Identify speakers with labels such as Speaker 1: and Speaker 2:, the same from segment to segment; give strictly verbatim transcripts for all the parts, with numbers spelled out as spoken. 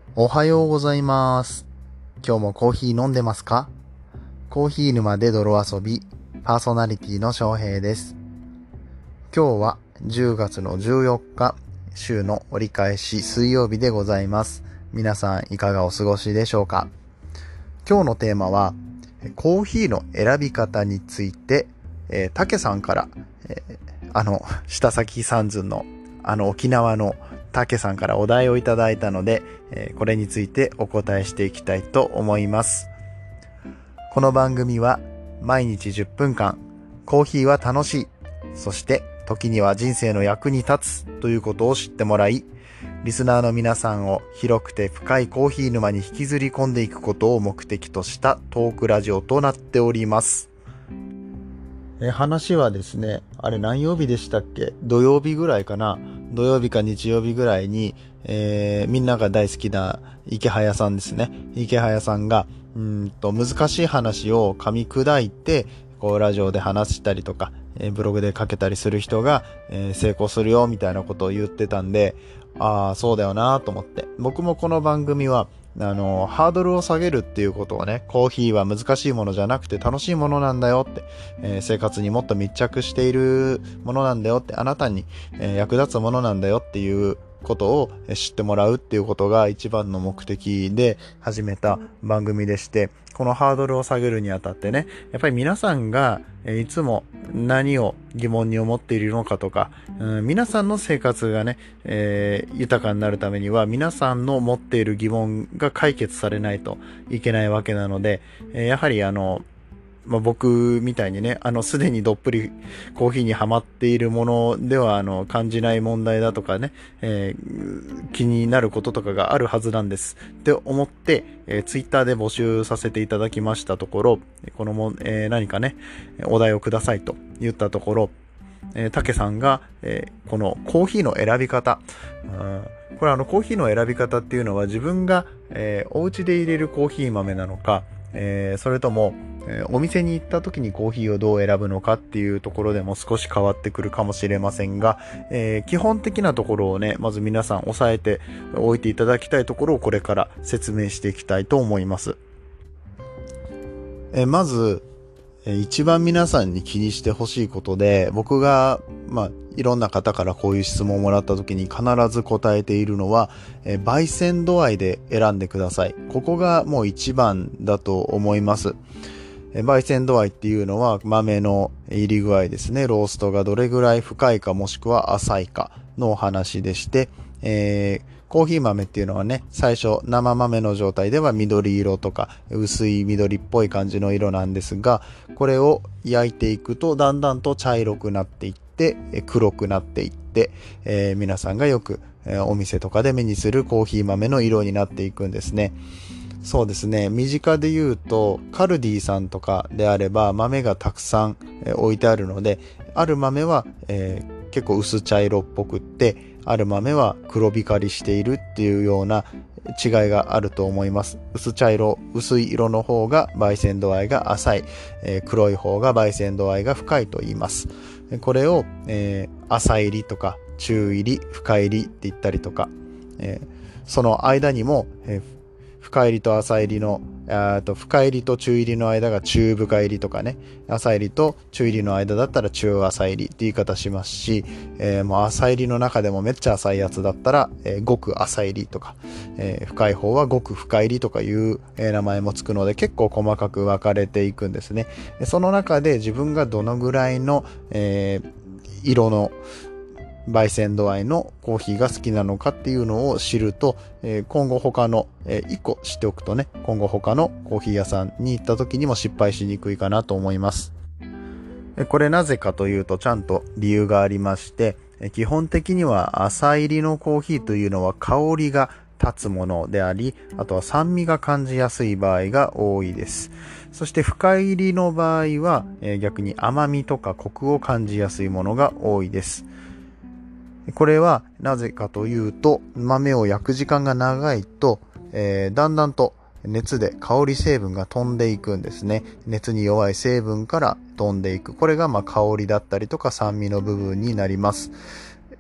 Speaker 1: おはようございます。今日もコーヒー飲んでますか？コーヒー沼で泥遊び、パーソナリティの翔平です。今日はじゅうがつのじゅうよっか、週の折り返し水曜日でございます。皆さんいかがお過ごしでしょうか？今日のテーマは、コーヒーの選び方について、えー、たけさんから、えー、あの、下崎三寸の、あの沖縄のたけさんからお題をいただいたので、えー、これについてお答えしていきたいと思います。この番組は毎日じゅっぷんかん、コーヒーは楽しい、そして時には人生の役に立つということを知ってもらい、リスナーの皆さんを広くて深いコーヒー沼に引きずり込んでいくことを目的としたトークラジオとなっております。え話はですね、あれ何曜日でしたっけ？土曜日ぐらいかな。土曜日か日曜日ぐらいに、えー、みんなが大好きな池早さんですね。池早さんがうーんと難しい話を噛み砕いて、こうラジオで話したりとか、えー、ブログで書けたりする人が、えー、成功するよみたいなことを言ってたんで、ああそうだよなと思って、僕もこの番組はあのハードルを下げるっていうことをね、コーヒーは難しいものじゃなくて楽しいものなんだよって、えー、生活にもっと密着しているものなんだよって、あなたに、えー、役立つものなんだよっていうことを知ってもらうっていうことが一番の目的で始めた番組でして、このハードルを下げるにあたってね、やっぱり皆さんがいつも何を疑問に思っているのかとか、うん、皆さんの生活がね、えー、豊かになるためには皆さんの持っている疑問が解決されないといけないわけなので、えー、やはりあのまあ、僕みたいにね、あの、すでにどっぷりコーヒーにハマっているものでは、あの、感じない問題だとかね、えー、気になることとかがあるはずなんです。って思って、えー、ツイッターで募集させていただきましたところ、このも、えー、何かね、お題をくださいと言ったところ、えー、たけさんが、えー、このコーヒーの選び方、うん、これあの、コーヒーの選び方っていうのは自分が、えー、お家で入れるコーヒー豆なのか、えー、それとも、えー、お店に行った時にコーヒーをどう選ぶのかっていうところでも少し変わってくるかもしれませんが、えー、基本的なところをね、まず皆さん押さえておいていただきたいところをこれから説明していきたいと思います。えー、まず、えー、一番皆さんに気にしてほしいことで、僕が、まあ、いろんな方からこういう質問をもらった時に必ず答えているのは、えー、焙煎度合いで選んでください。ここがもう一番だと思います。えー、焙煎度合いっていうのは豆の入り具合ですね。ローストがどれぐらい深いかもしくは浅いかのお話でして、えーコーヒー豆っていうのはね、最初生豆の状態では緑色とか薄い緑っぽい感じの色なんですが、これを焼いていくとだんだんと茶色くなっていって黒くなっていって、えー、皆さんがよく、えー、お店とかで目にするコーヒー豆の色になっていくんですね。そうですね、身近で言うとカルディさんとかであれば豆がたくさん、えー、置いてあるので、ある豆は、えー、結構薄茶色っぽくって、ある豆は黒光りしているっていうような違いがあると思います。薄茶色、薄い色の方が焙煎度合いが浅い、えー、黒い方が焙煎度合いが深いと言います。これを、えー、浅入りとか中入り、深入りって言ったりとか、えー、その間にも、えー、深入りと浅入りのあと深入りと中入りの間が中深入りとかね、浅入りと中入りの間だったら中浅入りって言い方しますし、えー、もう浅入りの中でもめっちゃ浅いやつだったら、えー、極浅入りとか、えー、深い方は極深入りとかいう、えー、名前もつくので結構細かく分かれていくんですね。その中で自分がどのぐらいの、えー、色の焙煎度合いのコーヒーが好きなのかっていうのを知ると、えー、今後他の、えー、いっこ知っておくとね、今後他のコーヒー屋さんに行った時にも失敗しにくいかなと思います。これなぜかというとちゃんと理由がありまして、基本的には浅入りのコーヒーというのは香りが立つものであり、あとは酸味が感じやすい場合が多いです。そして深入りの場合は、えー、逆に甘みとかコクを感じやすいものが多いです。これはなぜかというと、豆を焼く時間が長いと、えー、だんだんと熱で香り成分が飛んでいくんですね。熱に弱い成分から飛んでいく。これがまあ香りだったりとか酸味の部分になります。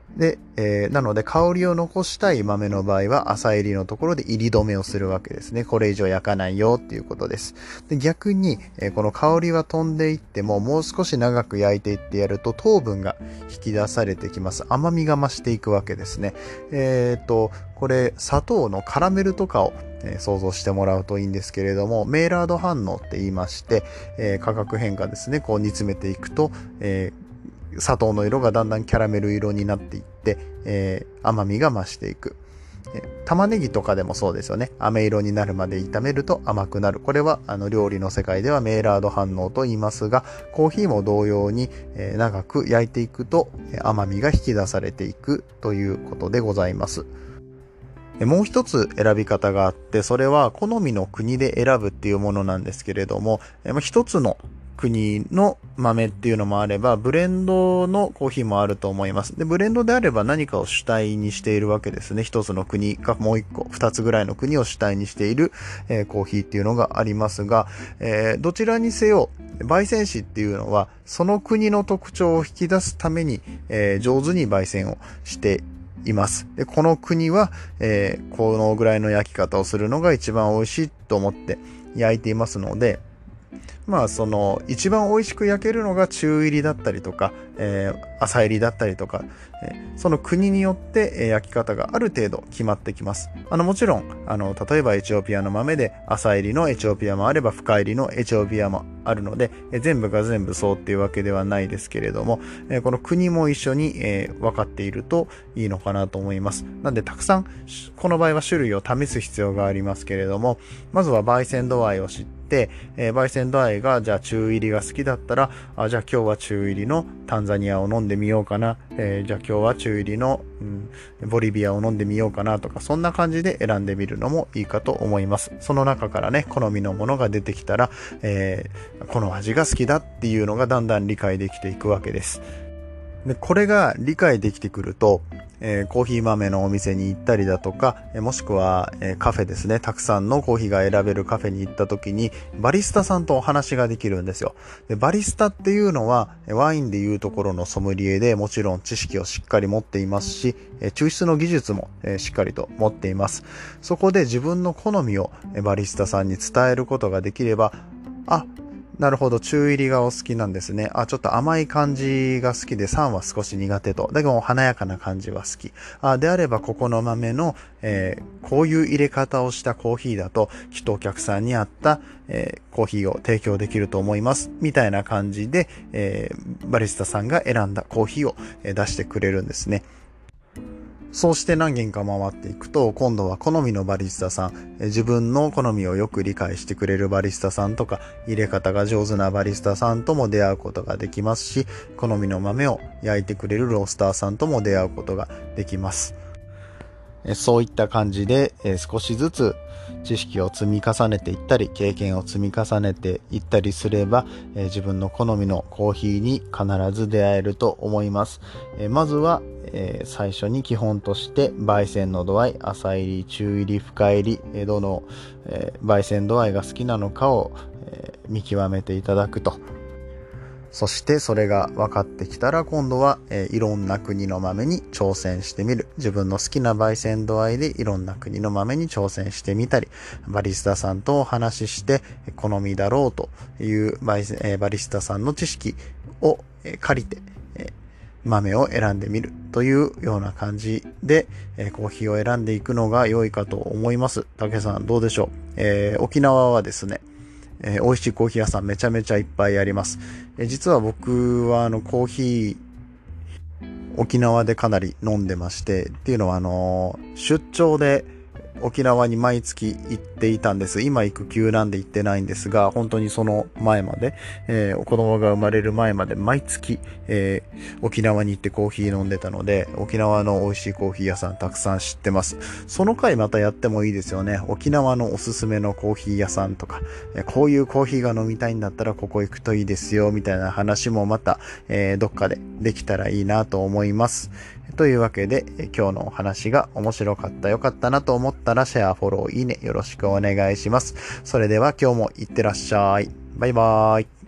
Speaker 1: で、えー、なので香りを残したい豆の場合は浅煎りのところで煎り止めをするわけですね。これ以上焼かないよっていうことです。で、逆に、えー、この香りは飛んでいってももう少し長く焼いていってやると糖分が引き出されてきます。甘みが増していくわけですね。えっと、これ砂糖のカラメルとかをえー、想像してもらうといいんですけれども、メイラード反応って言いまして、えー、化学変化ですね、こう煮詰めていくと、えー、砂糖の色がだんだんキャラメル色になっていって、えー、甘みが増していく。えー、玉ねぎとかでもそうですよね。飴色になるまで炒めると甘くなる。これはあの料理の世界ではメイラード反応と言いますが、コーヒーも同様に、えー、長く焼いていくと甘みが引き出されていくということでございます。もう一つ選び方があって、それは好みの国で選ぶっていうものなんですけれども、一つの国の豆っていうのもあれば、ブレンドのコーヒーもあると思います。で、ブレンドであれば何かを主体にしているわけですね。一つの国かもう一個、二つぐらいの国を主体にしている、えー、コーヒーっていうのがありますが、えー、どちらにせよ、焙煎師っていうのは、その国の特徴を引き出すために、えー、上手に焙煎をしています。で、この国は、えー、このぐらいの焼き方をするのが一番美味しいと思って焼いていますので、まあその一番美味しく焼けるのが中入りだったりとか、えー、浅入りだったりとか、えー、その国によって、えー、焼き方がある程度決まってきます。あのもちろんあの例えばエチオピアの豆で浅入りのエチオピアもあれば深入りのエチオピアもあるので、えー、全部が全部そうっていうわけではないですけれども、えー、この国も一緒に、えー、分かっているといいのかなと思います。なんでたくさんこの場合は種類を試す必要がありますけれども、まずは焙煎度合いを知ってで、えー、焙煎度合いがじゃあ中入りが好きだったら、あじゃあ今日は中入りのタンザニアを飲んでみようかな、えー、じゃあ今日は中入りの、うん、ボリビアを飲んでみようかなとか、そんな感じで選んでみるのもいいかと思います。その中からね、好みのものが出てきたら、えー、この味が好きだっていうのがだんだん理解できていくわけです。で、これが理解できてくると、えー、コーヒー豆のお店に行ったりだとか、えー、もしくは、えー、カフェですね。たくさんのコーヒーが選べるカフェに行った時に、バリスタさんとお話ができるんですよ。で、バリスタっていうのは、ワインでいうところのソムリエでもちろん知識をしっかり持っていますし、えー、抽出の技術も、えー、しっかりと持っています。そこで自分の好みを、えー、バリスタさんに伝えることができれば、あ、なるほど、中入りがお好きなんですね。あ、ちょっと甘い感じが好きで酸は少し苦手と。だけど華やかな感じは好き。あ、であればここの豆の、えー、こういう入れ方をしたコーヒーだと、きっとお客さんに合った、えー、コーヒーを提供できると思います。みたいな感じで、えー、バリスタさんが選んだコーヒーを出してくれるんですね。そうして何軒か回っていくと、今度は好みのバリスタさん、自分の好みをよく理解してくれるバリスタさんとか、入れ方が上手なバリスタさんとも出会うことができますし、好みの豆を焼いてくれるロースターさんとも出会うことができます。そういった感じで少しずつ知識を積み重ねていったり、経験を積み重ねていったりすれば、自分の好みのコーヒーに必ず出会えると思います。まずは最初に基本として焙煎の度合い、浅入り、中入り、深入り、どの焙煎度合いが好きなのかを見極めていただくと。そしてそれが分かってきたら今度は、えー、いろんな国の豆に挑戦してみる。自分の好きな焙煎度合いでいろんな国の豆に挑戦してみたり、バリスタさんとお話しして好みだろうという焙煎、えー、バリスタさんの知識を、えー、借りて、えー、豆を選んでみるというような感じで、えー、コーヒーを選んでいくのが良いかと思います。竹さんどうでしょう。えー、沖縄はですね、えー、美味しいコーヒー屋さんめちゃめちゃいっぱいあります。えー、実は僕はあのコーヒー沖縄でかなり飲んでまして、っていうのはあのー、出張で沖縄に毎月行っていたんです。今育休なんで行ってないんですが、本当にその前まで、えー、子供が生まれる前まで毎月、えー、沖縄に行ってコーヒー飲んでたので、沖縄の美味しいコーヒー屋さんたくさん知ってます。その回またやってもいいですよね。沖縄のおすすめのコーヒー屋さんとか、えー、こういうコーヒーが飲みたいんだったらここ行くといいですよみたいな話もまた、えー、どっかでできたらいいなと思います。というわけで、今日のお話が面白かった、良かったなと思ったらシェア、フォロー、いいねよろしくお願いします。それでは今日もいってらっしゃい。バイバーイ。